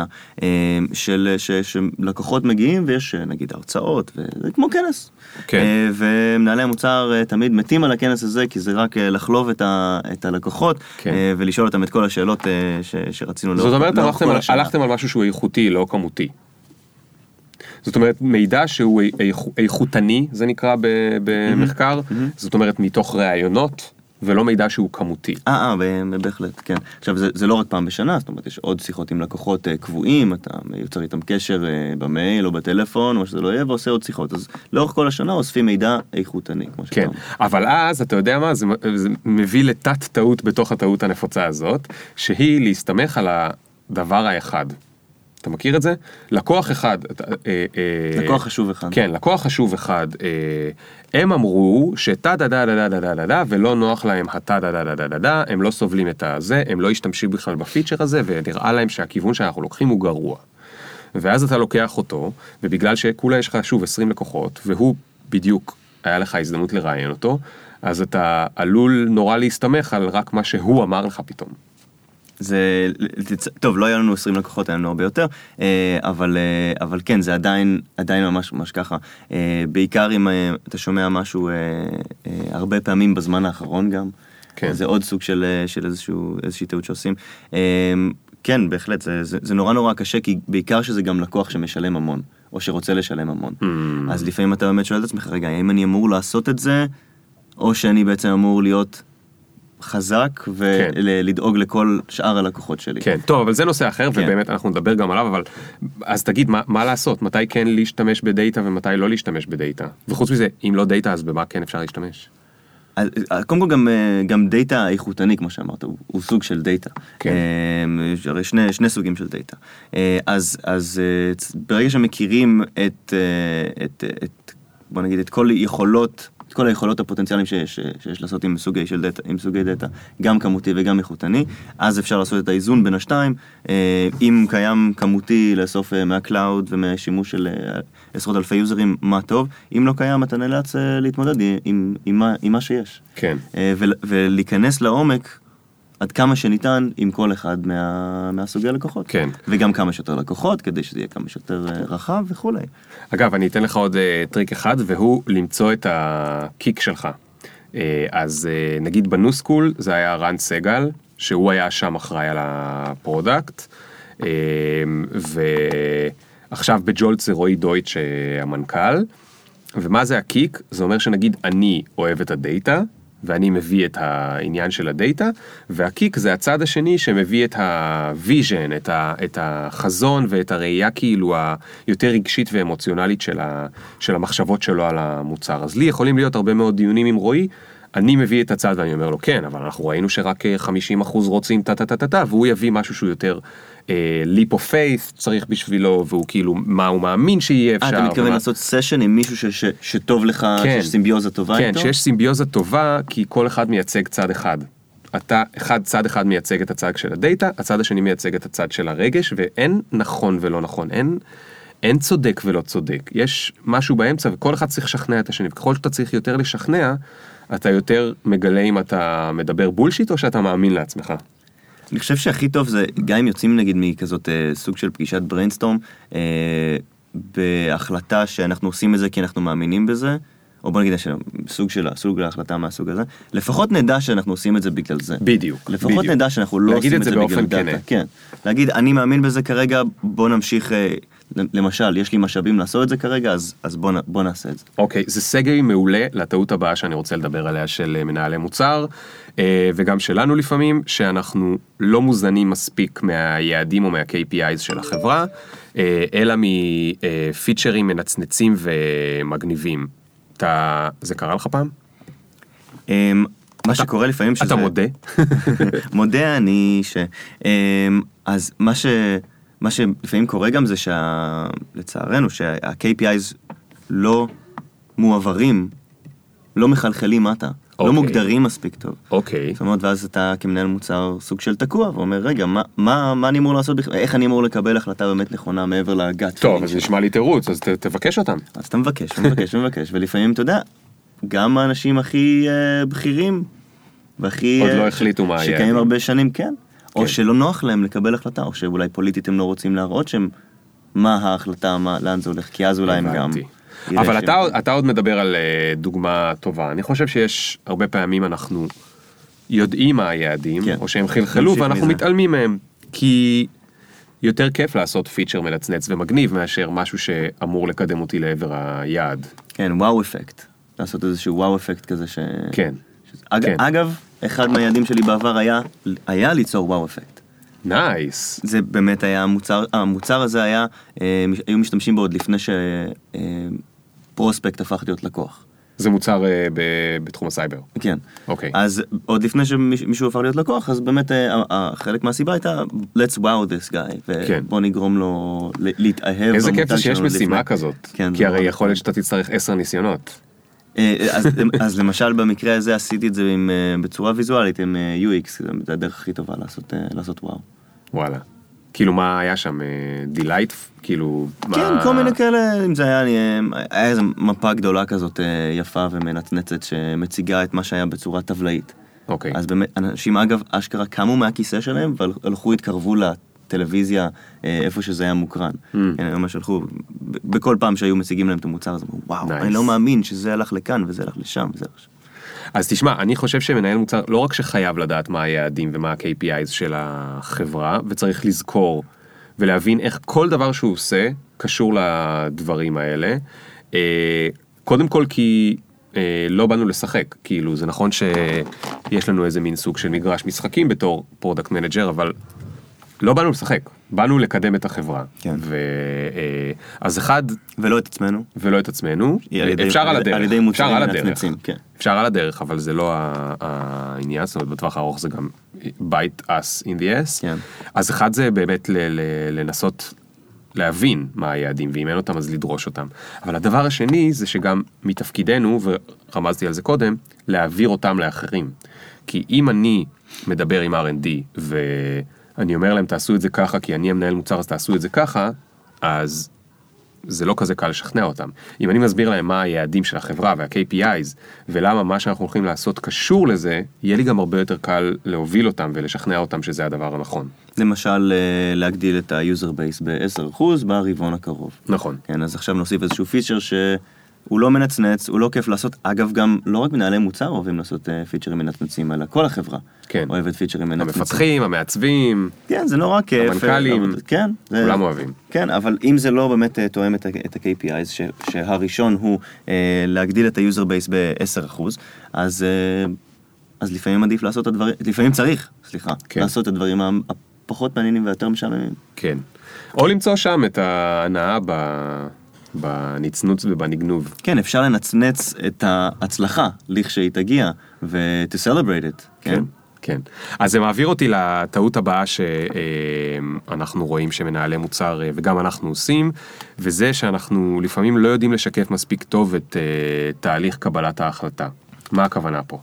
שלקוחות מגיעים ויש נגיד הרצאות, וזה כמו כנס. כן. ומנהלי המוצר תמיד מתים על הכנס הזה, כי זה רק לחלוב את הלקוחות, ולשאול אותם את כל השאלות שרצינו זאת אומרת, הלכתם על משהו שהוא איכותי, לא כמותי. זאת אומרת, מידע שהוא איכותני, זה נקרא במחקר, זאת אומרת, מתוך ראיונות, ולא מידע שהוא כמותי. בהחלט, כן. עכשיו, זה לא רק פעם בשנה, זאת אומרת, יש עוד שיחות עם לקוחות קבועים, אתה יוצר איתם קשר במייל או בטלפון, או שזה לא יהיה, ועושה עוד שיחות. אז לאורך כל השנה אוספים מידע איכותני, כמו שאתה אומר. כן, אבל אז, אתה יודע מה, זה מביא לתת טעות בתוך הטעות הנפוצה הזאת, שהיא להסתמך על הדבר האחד. אתה מכיר את זה? לקוח אחד. לקוח חשוב אחד. כן, לקוח חשוב אחד. הם אמרו שטה-דה-דה-דה-דה-דה-דה, ולא נוח להם הטה-דה-דה-דה-דה-דה, הם לא סובלים את הזה, הם לא השתמשו בכלל בפיצ'ר הזה, ונראה להם שהכיוון שאנחנו לוקחים הוא גרוע. ואז אתה לוקח אותו, ובגלל שכולה יש לך שוב 20 לקוחות, והוא בדיוק היה לך הזדמנות לראיין אותו, אז אתה עלול נורא להסתמך על רק מה שהוא אמר לך פתאום. טוב, לא היה לנו 20 לקוחות, היה לנו הרבה יותר, אבל כן, זה עדיין ממש ככה. בעיקר אם אתה שומע משהו הרבה פעמים בזמן האחרון גם, זה עוד סוג של איזושהי טעות שעושים. כן, בהחלט, זה נורא קשה, כי בעיקר שזה גם לקוח שמשלם המון, או שרוצה לשלם המון. אז לפעמים אתה באמת שואל את עצמך, רגע, האם אני אמור לעשות את זה, או שאני בעצם אמור להיות חזק ולדאוג לכל שאר הלקוחות שלי. כן, טוב, אבל זה נושא אחר, ובאמת אנחנו נדבר גם עליו, אבל אז תגיד, מה לעשות? מתי כן להשתמש בדאטה ומתי לא להשתמש בדאטה? וחוץ מזה, אם לא דאטה, אז במה כן אפשר להשתמש? קודם כל גם דאטה איכותני, כמו שאמרת, הוא סוג של דאטה. יש הרי שני סוגים של דאטה. אז ברגע שמכירים בוא נגיד, את כל היכולות הפוטנציאליים שיש לעשות עם סוגי דאטה, גם כמותי וגם איכותני, אז אפשר לעשות את האיזון בין השתיים. אם קיים כמותי לאסוף מהקלאוד ומהשימוש של עשרות אלפי יוזרים, מה טוב. אם לא קיים, אתה נאלץ להתמודד עם מה שיש. כן. ולהיכנס לעומק עד כמה שניתן עם כל אחד מהסוגי הלקוחות. כן. וגם כמה שיותר לקוחות, כדי שזה יהיה כמה שיותר רחב וכו'. אגב, אני אתן לך עוד טריק אחד, והוא למצוא את הקיק שלך. אז נגיד בנוסקול, זה היה רן סגל, שהוא היה שם אחראי על הפרודקט, ועכשיו בג'ולט זה רועי דויטש המנכ"ל, ומה זה הקיק? זה אומר שנגיד אני אוהב את הדאטה, ואני מביא את העניין של הדאטה, והקיק זה הצד השני שמביא את הוויז'ן, את החזון ואת הראייה כאילו היותר רגשית ואמוציונלית של המחשבות שלו על המוצר. אז לי יכולים להיות הרבה מאוד דיונים עם רועי, אני מביא את הצד ואני אומר לו, כן, אבל אנחנו ראינו שרק 50% רוצים טה, והוא יביא משהו שהוא יותר leap of faith צריך בשבילו, והוא כאילו, מה הוא מאמין שיהיה אפשר. אתה מתכוון לעשות סשן עם מישהו שטוב לך, שיש סימביוזה טובה איתו? כן, שיש סימביוזה טובה, כי כל אחד מייצג צד אחד. צד אחד מייצג את הצד של הדאטה, הצד השני מייצג את הצד של הרגש, ואין נכון ולא נכון, אין צודק ולא צודק. יש משהו באמצע, וכל אחד צריך לשכנע את השני, וככל שאתה צריך יותר לשכנע, אתה יותר מגלה אם אתה מדבר בולשיט, או שאתה מאמין לעצמך. אני חושב שהכי טוב זה, גם אם יוצאים נגיד מכזאת סוג של פגישת בריינסטורם, בהחלטה שאנחנו עושים את זה כי אנחנו מאמינים בזה, או בוא נגיד סוג להחלטה מהסוג הזה, לפחות נדע שאנחנו עושים את זה בגלל זה. בדיוק. לפחות נדע שאנחנו לא עושים את זה בגלל דאטה. כן. להגיד, אני מאמין בזה כרגע, בוא נמשיך, למשל, יש לי משאבים לעשות את זה כרגע, אז בוא נעשה את זה. אוקיי, זה סגי מעולה לטעות הבאה שאני רוצה לדבר עליה של מנהלי מוצר, וגם שלנו לפעמים, שאנחנו לא מוזנים מספיק מהיעדים או מה-KPIs של החברה, אלא מפיצ'רים מנצנצים ומגניבים. זה קרה לך פעם? מה שקורה לפעמים שזה... אתה מודה? מודה אני אז מה שלפעמים קורה גם זה לצערנו, שה-KPIs לא מועברים, לא מחלחלים מטה, לא מוגדרים מספיק טוב. אוקיי. זאת אומרת, ואז אתה כמנהל מוצר סוג של תקוע, ואומר, רגע, מה אני אמור לעשות? איך אני אמור לקבל החלטה באמת נכונה מעבר לגת? טוב, אז נשמע לי תירוץ, אז תבקש אותם. אז אתה מבקש, ולפעמים, אתה יודע, גם האנשים הכי בכירים, והכי... עוד לא החליטו מה היה. שקיים הרבה שנים, כן. או שלא נוח להם לקבל החלטה, או שאולי פוליטית הם לא רוצים להראות שהם, מה ההחלטה, לאן זה הולך, כי אז אולי הם גם... אבל אתה עוד מדבר על דוגמה טובה. אני חושב שיש הרבה פעמים אנחנו יודעים מה היעדים, או שהם חלחלו ואנחנו מתעלמים מהם, כי יותר כיף לעשות פיצ'ר מלצנץ ומגניב, מאשר משהו שאמור לקדם אותי לעבר היעד. כן, וואו אפקט. לעשות איזשהו וואו אפקט כזה ש... כן. אגב, אחד מהיעדים שלי בעבר היה ליצור וואו אפקט. נייס. זה באמת היה המוצר הזה היה, היו משתמשים בו עוד לפני שפרוספקט הפך להיות לקוח. זה מוצר בתחום הסייבר. כן. אוקיי. אז עוד לפני שמישהו הפך להיות לקוח, אז באמת חלק מהסיבה הייתה, let's wow this guy, ובוא נגרום לו להתאהב. איזה כיף זה שיש משימה כזאת, כי הרי יכול להיות שאתה תצטרך 10 ניסיונות. אז למשל במקרה הזה עשיתי את זה בצורה ויזואלית עם UX, זה הדרך הכי טובה לעשות וואו. וואלה. כאילו מה היה שם? דילייט? כאילו... כן, כל מיני כאלה, אם זה היה איזו מפה גדולה כזאת יפה ומנצנצת שמציגה את מה שהיה בצורה טבלאית. אוקיי. אז באמת, אנשים אגב אשכרה קמו מהכיסא שלהם והלכו התקרבו לטלוויזיה איפה שזה היה מוקרן. ממש הלכו, בכל פעם שהיו מציגים להם את המוצר הזה, וואו, אני לא מאמין שזה הלך לכאן וזה הלך לשם וזה הלך לשם. אז תשמע, אני חושב שמנהל מוצר לא רק שחייב לדעת מה היעדים ומה ה-KPIs של החברה, וצריך לזכור ולהבין איך כל דבר שהוא עושה קשור לדברים האלה. קודם כל כי לא באנו לשחק, כאילו זה נכון שיש לנו איזה מין סוג של מגרש משחקים בתור פרודקט מנג'ר, אבל לא באנו לשחק, באנו לקדם את החברה. כן. אז אחד... ולא את עצמנו. ולא את עצמנו. אפשר על הדרך. על ידי מוצרים מנצנצים, כן. אפשר על הדרך, אבל זה לא העניין, זאת אומרת, בטווח הארוך זה גם bite us in the ass. כן. אז אחד זה באמת לנסות להבין מה היעדים, ואם אין אותם אז לדרוש אותם. אבל הדבר השני זה שגם מתפקידנו, ורמזתי על זה קודם, להעביר אותם לאחרים. כי אם אני מדבר עם R&D ואני אומר להם תעשו את זה ככה, כי אני המנהל מוצר אז תעשו את זה ככה, אז זה לא כזה קל לשכנע אותם. אם אני מסביר להם מה היעדים של החברה וה-KPIs, ולמה מה שאנחנו הולכים לעשות קשור לזה, יהיה לי גם הרבה יותר קל להוביל אותם ולשכנע אותם שזה הדבר הנכון. למשל, להגדיל את ה-user base ב-10% ברבעון הקרוב. נכון. כן, אז עכשיו נוסיף איזשהו פיצ'ר שהוא לא מנצנץ, הוא לא כיף לעשות, אגב גם לא רק מנהלי מוצר אוהבים לעשות פיצ'רים מנצנצים, אלא כל החברה. כן. אוהבת פיצ'רים מנצנצים. המפתחים, המעצבים. כן, זה נורא כיף. המנכ"לים. כן. כולם אוהבים. כן, אבל אם זה לא באמת תואם את ה-KPIs, שהראשון הוא להגדיל את ה-user base ב-10%, אז אז לפעמים עדיף לעשות את הדברים, לפעמים צריך, לעשות את הדברים הפחות מעניינים ויותר משעממים. כן. או למצוא שם את ההנאה בנצנוץ ובנגנוב. כן, אפשר לנצנץ את ההצלחה, לכשהיא תגיע, ו-to celebrate it. כן, כן. אז זה מעביר אותי לטעות הבאה שאנחנו רואים שמנהלי מוצר, וגם אנחנו עושים, וזה שאנחנו לפעמים לא יודעים לשקף מספיק טוב את תהליך קבלת ההחלטה. מה הכוונה פה?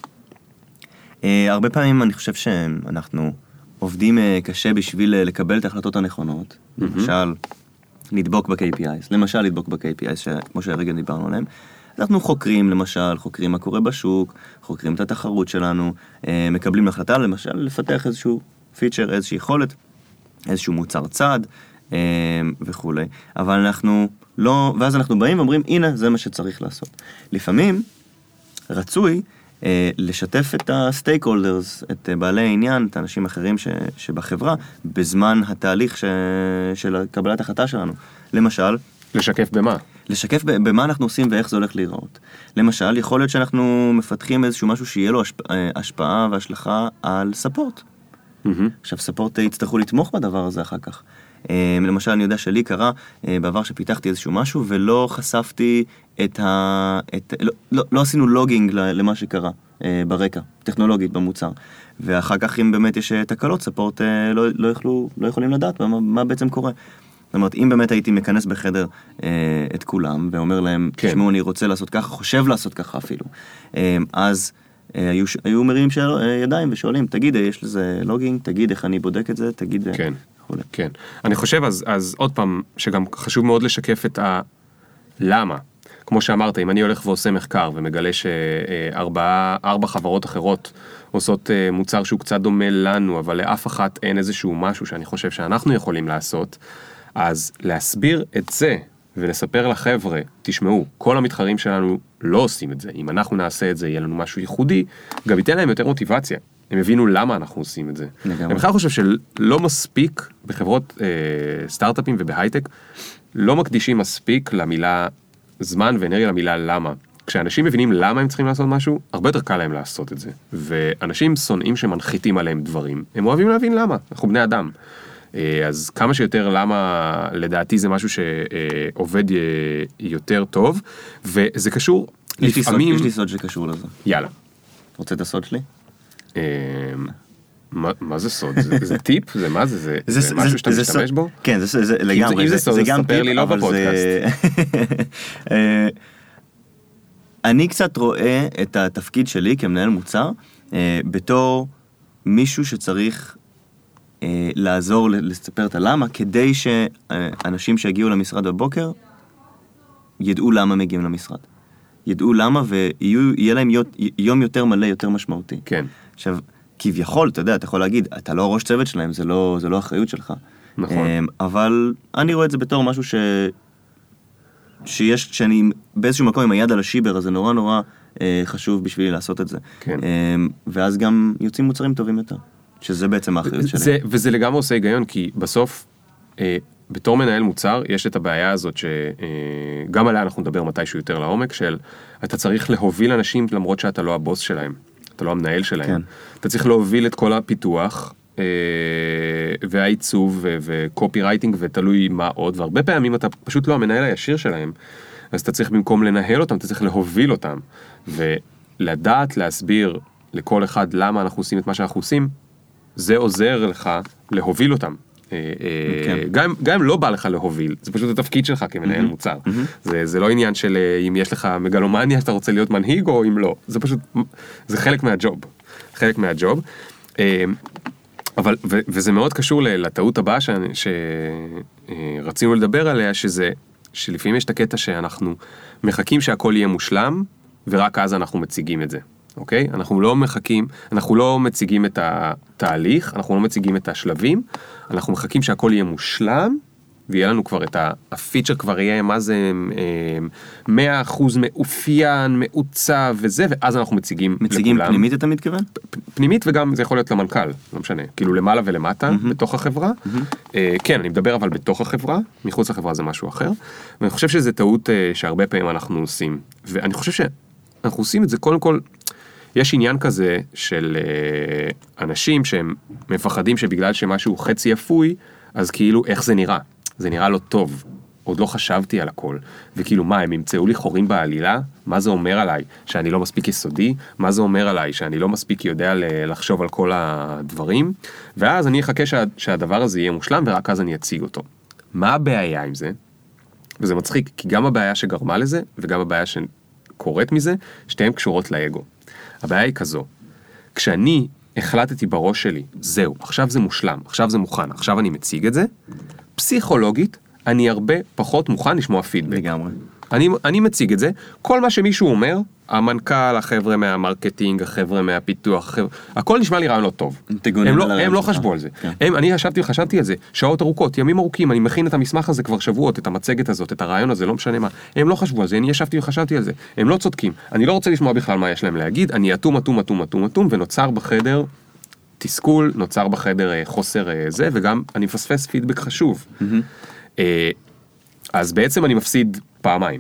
הרבה פעמים אני חושב שאנחנו עובדים קשה בשביל לקבל את ההחלטות הנכונות, למשל, לדבוק ב-KPIs, למשל לדבוק ב-KPIs, כמו שהרגע דיברנו עליהם. אנחנו חוקרים, למשל, חוקרים מה קורה בשוק, חוקרים את התחרות שלנו, מקבלים החלטה, למשל, לפתח איזשהו פיצ'ר, איזושהי יכולת, איזשהו מוצר צד, וכו'. אבל אנחנו לא, ואז אנחנו באים ואומרים, הנה, זה מה שצריך לעשות. לפעמים, רצוי לשתף את הסטייקהולדרס, את בעלי העניין, את האנשים אחרים שבחברה, בזמן התהליך של קבלת החלטה שלנו. למשל, לשקף במה? לשקף במה אנחנו עושים ואיך זה הולך להיראות. למשל, יכול להיות שאנחנו מפתחים איזשהו משהו שיהיה לו השפעה והשלכה על ספורט. עכשיו, ספורט יצטרכו לתמוך בדבר הזה אחר כך. למשל, אני יודע שלי קרה בעבר שפיתחתי איזשהו משהו ולא חשפתי לא עשינו לוגינג למה שקרה ברקע, טכנולוגית במוצר. ואחר כך, אם באמת יש תקלות, ספורט לא יכולים לדעת מה בעצם קורה. זאת אומרת, אם באמת הייתי מכנס בחדר את כולם, ואומר להם, תשמעו, אני רוצה לעשות ככה, חושב לעשות ככה אפילו, אז היו מרימים ידיים ושואלים, תגיד, יש לזה לוגינג, תגיד איך אני בודק את זה, תגיד... כן, כן. אני חושב, אז עוד פעם, שגם חשוב מאוד לשקף את למה. כמו שאמרת, אם אני הולך ועושה מחקר, ומגלה שארבע חברות אחרות עושות מוצר שהוא קצת דומה לנו, אבל לאף אחת אין איזשהו משהו שאני חושב שאנחנו יכולים לעשות, אז להסביר את זה, ולספר לחבר'ה, תשמעו, כל המתחרים שלנו לא עושים את זה. אם אנחנו נעשה את זה, יהיה לנו משהו ייחודי, גם ייתן להם יותר מוטיבציה. הם הבינו למה אנחנו עושים את זה. אני בכלל חושב שלא מספיק בחברות סטארט-אפים ובהייטק, לא מקדישים מספיק למילה זמן ואנרגיה למילה למה. כשאנשים מבינים למה הם צריכים לעשות משהו, הרבה יותר קל להם לעשות את זה. ואנשים שונאים שמנחיתים עליהם דברים. הם אוהבים להבין למה. אנחנו בני אדם. אז כמה שיותר למה, לדעתי זה משהו שעובד יותר טוב, וזה קשור לפעמים... יש לי סוד שקשור לזה. יאללה. רוצה את הסוד שלי? מה זה סוד? זה טיפ? זה מה זה? זה משהו שאתה משתמש בו? כן, זה לגמרי. אם זה סוד, ספר לי לא בפודקאסט. אני קצת רואה את התפקיד שלי כמנהל מוצר, בתור מישהו שצריך לעזור לספר את הלמה, כדי שאנשים שיגיעו למשרד בבוקר, ידעו למה מגיעים למשרד. ידעו למה ויהיה להם יום יותר מלא, יותר משמעותי. כן. עכשיו, כביכול, אתה יודע, אתה יכול להגיד, אתה לא ראש צוות שלהם, זה לא אחריות שלך. נכון. אבל אני רואה את זה בתור משהו שאני באיזשהו מקום עם היד על השיבר, אז זה נורא נורא חשוב בשבילי לעשות את זה. כן. ואז גם יוצאים מוצרים טובים יותר, שזה בעצם האחריות שלי. וזה לגמרי עושה היגיון, כי בסוף, בתור מנהל מוצר, יש את הבעיה הזאת שגם עליה אנחנו נדבר מתישהו יותר לעומק, של אתה צריך להוביל אנשים למרות שאתה לא הבוס שלהם, אתה לא המנהל שלהם. כן. אתה צריך להוביל את כל הפיתוח, והעיצוב וקופי רייטינג ותלוי מה עוד, והרבה פעמים אתה פשוט לא המנהל הישיר שלהם, אז אתה צריך במקום לנהל אותם, אתה צריך להוביל אותם, ולדעת להסביר לכל אחד למה אנחנו עושים את מה שאנחנו עושים, זה עוזר לך להוביל אותם. גם אם לא בא לך להוביל, זה פשוט התפקיד שלך כמנהל מוצר. זה לא עניין של אם יש לך מגלומניה שאתה רוצה להיות מנהיג או אם לא, זה פשוט, זה חלק מהג'וב. חלק מהג'וב. אבל, וזה מאוד קשור לטעות הבאה שרצינו לדבר עליה, שלפעמים יש את הקטע שאנחנו מחכים שהכל יהיה מושלם, ורק אז אנחנו מציגים את זה. אוקיי? אנחנו לא מציגים את התהליך, אנחנו לא מציגים את השלבים, אנחנו מחכים שהכל יהיה מושלם, ויהיה לנו כבר את הפיצ'ר כבר יהיה, מה זה 100% מאופיין, מעוצב וזה, ואז אנחנו מציגים לכולם. פנימית אתה מתכוון? פנימית וגם זה יכול להיות למנכ"ל, לא משנה, כאילו למעלה ולמטה, בתוך החברה. כן, אני מדבר אבל בתוך החברה, מחוץ לחברה זה משהו אחר, ואני חושב שזה טעות שהרבה פעמים אנחנו עושים, ואני חושב שאנחנו עושים את זה קודם כל, יש עניין כזה של אנשים שהם מפחדים שבגלל שמשהו חצי אפוי, אז כאילו איך זה נראה? זה נראה לא טוב. עוד לא חשבתי על הכל. וכאילו מה, הם ימצאו לי חורים בעלילה? מה זה אומר עליי? שאני לא מספיק יסודי? מה זה אומר עליי? שאני לא מספיק יודע לחשוב על כל הדברים? ואז אני אחכה שהדבר הזה יהיה מושלם, ורק אז אני אציג אותו. מה הבעיה עם זה? וזה מצחיק, כי גם הבעיה שגרמה לזה, וגם הבעיה שקורית מזה, שתיהן קשורות לאגו. הבעיה היא כזו. כשאני החלטתי בראש שלי, זהו, עכשיו זה מושלם, עכשיו זה מוכן, עכשיו אני מציג את זה, פסיכולוגית, אני הרבה פחות מוכן לשמוע פידבק. לגמרי. אני מציג את זה, כל מה שמישהו אומר, המנכ"ל, החבר'ה מהמרקטינג, החבר'ה מהפיתוח, הכל נשמע לי רעיון לא טוב. הם לא חשבו על זה. אני חשבתי על זה, שעות ארוכות, ימים ארוכים, אני מכין את המסמך הזה כבר שבועות, את המצגת הזאת, את הרעיון הזה, לא משנה מה. הם לא חשבו על זה, אני ישבתי וחשבתי על זה. הם לא צודקים. אני לא רוצה לשמוע בכלל מה יש להם להגיד, אני אטום, ונוצר בחדר תסכול, נוצר בחדר חוסר זה, וגם אני מפספס פידבק חשוב. אז בעצם אני מפסיד פעמיים.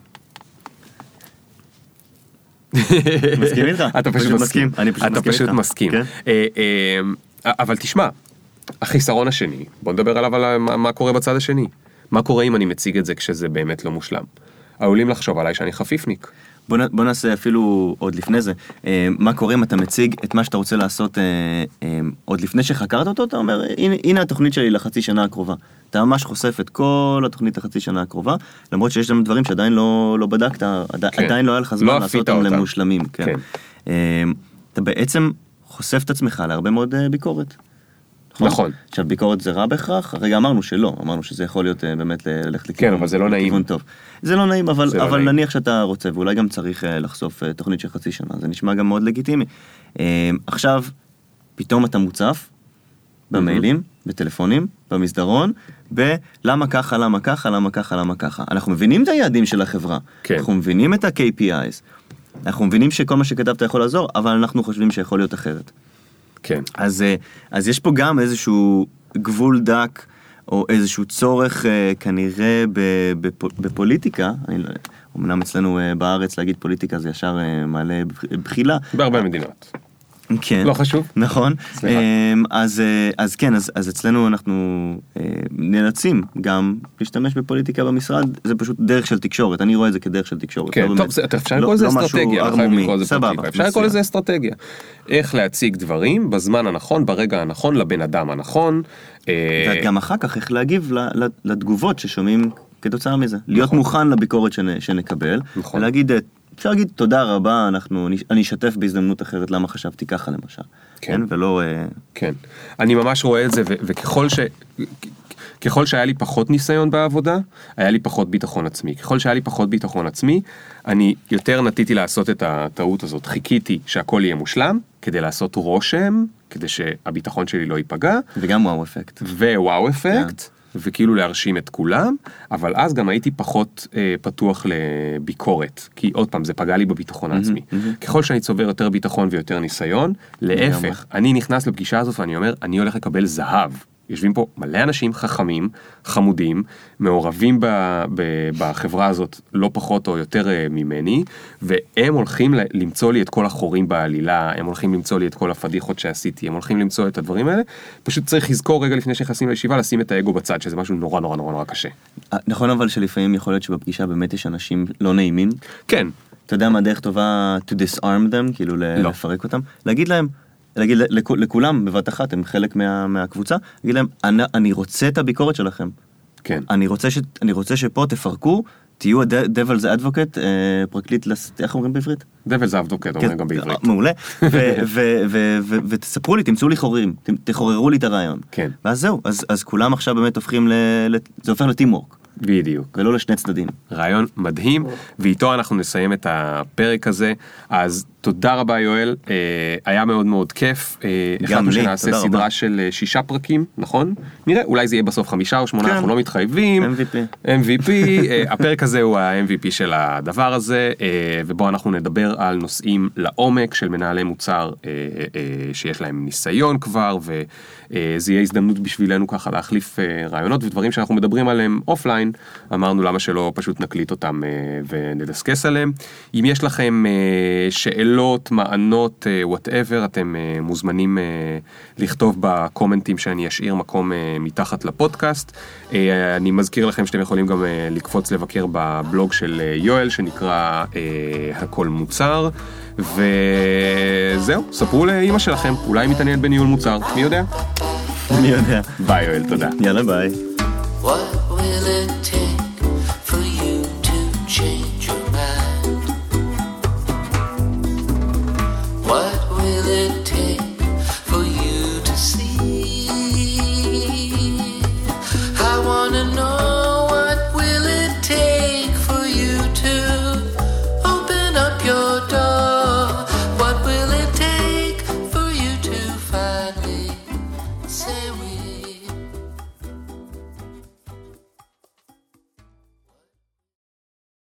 מסכים איתך? אתה פשוט מסכים. אתה פשוט מסכים. אבל תשמע, החיסרון השני, בוא נדבר עליו על מה קורה בצד השני. מה קורה אם אני מציג את זה כשזה באמת לא מושלם? עלולים לחשוב עליי שאני חפיפניק. בוא נעשה אפילו עוד לפני זה, מה קורה אם אתה מציג את מה שאתה רוצה לעשות עוד לפני שחקרת אותו, אתה אומר, הנה התוכנית שלי לחצי שנה הקרובה. אתה ממש חושף את כל התוכנית לחצי שנה הקרובה, למרות שיש שם דברים שעדיין לא בדקת, עדיין לא היה לך זמן לעשות אותם למושלמים. אתה בעצם חושף את עצמך להרבה מאוד ביקורת. נכון. עכשיו, ביקורת זה רע בהכרח? הרגע אמרנו שלא, אמרנו שזה יכול להיות באמת ללכת לכיוון. כן, אבל זה לא נעים. טוב. זה לא נעים, אבל נניח שאתה רוצה, ואולי גם צריך לחשוף תוכנית של חצי שנה, זה נשמע גם מאוד לגיטימי. עכשיו, פתאום אתה מוצף במיילים, בטלפונים, במסדרון, בלמה ככה, למה ככה, למה ככה, למה ככה. אנחנו מבינים את היעדים של החברה. אנחנו מבינים את ה-KPIs. אנחנו מבינים שכל מה שכתבת יכול לעזור, אבל אנחנו חושבים שיכול להיות אחרת. כן. אז יש פה גם איזשהו גבול דק, או איזשהו צורך כנראה בפוליטיקה, אמנם אצלנו בארץ להגיד פוליטיקה זה ישר מעלה בחילה. בהרבה מדינות. כן. לא חשוב? נכון. אז כן, אז אצלנו אנחנו נאלצים גם להשתמש בפוליטיקה במשרד, זה פשוט דרך של תקשורת, אני רואה את זה כדרך של תקשורת. כן, טוב, אפשר לקרוא לזה אסטרטגיה, אפשר לקרוא לזה אסטרטגיה. איך להציג דברים בזמן הנכון, ברגע הנכון, לבן אדם הנכון. וגם אחר כך איך להגיב לתגובות ששומעים כתוצאה מזה. להיות מוכן לביקורת שנקבל, ולהגיד אפשר להגיד תודה רבה, אני אשתף בהזדמנות אחרת למה חשבתי ככה למשל. כן, ולא... כן, אני ממש רואה את זה, ככל שהיה לי פחות ניסיון בעבודה, היה לי פחות ביטחון עצמי. ככל שהיה לי פחות ביטחון עצמי, אני יותר נטיתי לעשות את הטעות הזאת. חיכיתי שהכל יהיה מושלם, כדי לעשות רושם, כדי שהביטחון שלי לא ייפגע. וגם וואו אפקט. ווואו אפקט. וכאילו להרשים את כולם, אבל אז גם הייתי פחות פתוח לביקורת, כי עוד פעם, זה פגע לי בביטחון העצמי. ככל שאני צובר יותר ביטחון ויותר ניסיון, להפך, אני נכנס לפגישה הזאת ואני אומר, אני הולך לקבל זהב. יושבים פה מלא אנשים חכמים, חמודים, מעורבים בחברה הזאת לא פחות או יותר ממני, והם הולכים למצוא לי את כל החורים בעלילה, הם הולכים למצוא לי את כל הפדיחות שעשיתי, הם הולכים למצוא את הדברים האלה, פשוט צריך לזכור רגע לפני שנכנסים לישיבה, לשים את האגו בצד, שזה משהו נורא נורא נורא נורא קשה. נכון, אבל שלפעמים יכול להיות שבפגישה באמת יש אנשים לא נעימים. כן. אתה יודע מה הדרך טובה to disarm them, כאילו לפרק אותם? להגיד להם, להגיד לכולם בבת אחת, הם חלק מהקבוצה, להגיד להם, אני רוצה את הביקורת שלכם. כן. אני רוצה שפה תפרקו, תהיו ה-Devil's Advocate, פרקליט, איך אומרים בעברית? Devil's Advocate, אומרים גם בעברית. מעולה. ותספרו לי, תמצאו לי חורים, תחוררו לי את הרעיון. כן. ואז זהו, אז כולם עכשיו באמת הופכים זה הופך לטימוורק. בדיוק. ולא לשני צדדים. רעיון מדהים, ואיתו אנחנו נסיים את הפרק הזה. אז תודה רבה יואל, היה מאוד מאוד כיף. החלטנו שנעשה סדרה של 6 פרקים, נכון? נראה, אולי זה יהיה בסוף 5 או 8, אנחנו לא מתחייבים. MVP. הפרק הזה הוא ה-MVP של הדבר הזה, ובו אנחנו נדבר על נושאים לעומק של מנהלי מוצר שיש להם ניסיון כבר, וזה יהיה הזדמנות בשבילנו ככה להחליף רעיונות ודברים שאנחנו מדברים עליהם אופליין, אונליין, אמרנו למה שלא פשוט נקליט אותם ונדסקס עליהם. אם יש לכם שאלות, מענות, whatever, אתם מוזמנים לכתוב בקומנטים שאני אשאיר מקום מתחת לפודקאסט. אני מזכיר לכם שאתם יכולים גם לקפוץ לבקר בבלוג של יואל, שנקרא הכל מוצר, וזהו, ספרו לאמא שלכם, אולי מתעניין בניהול מוצר, מי יודע? מי יודע. ביי יואל, תודה. יאללה ביי. What will it take for you to change your mind? What will it take for you to see? I wanna know, what will it take for you to open up your door? What will it take for you to finally say we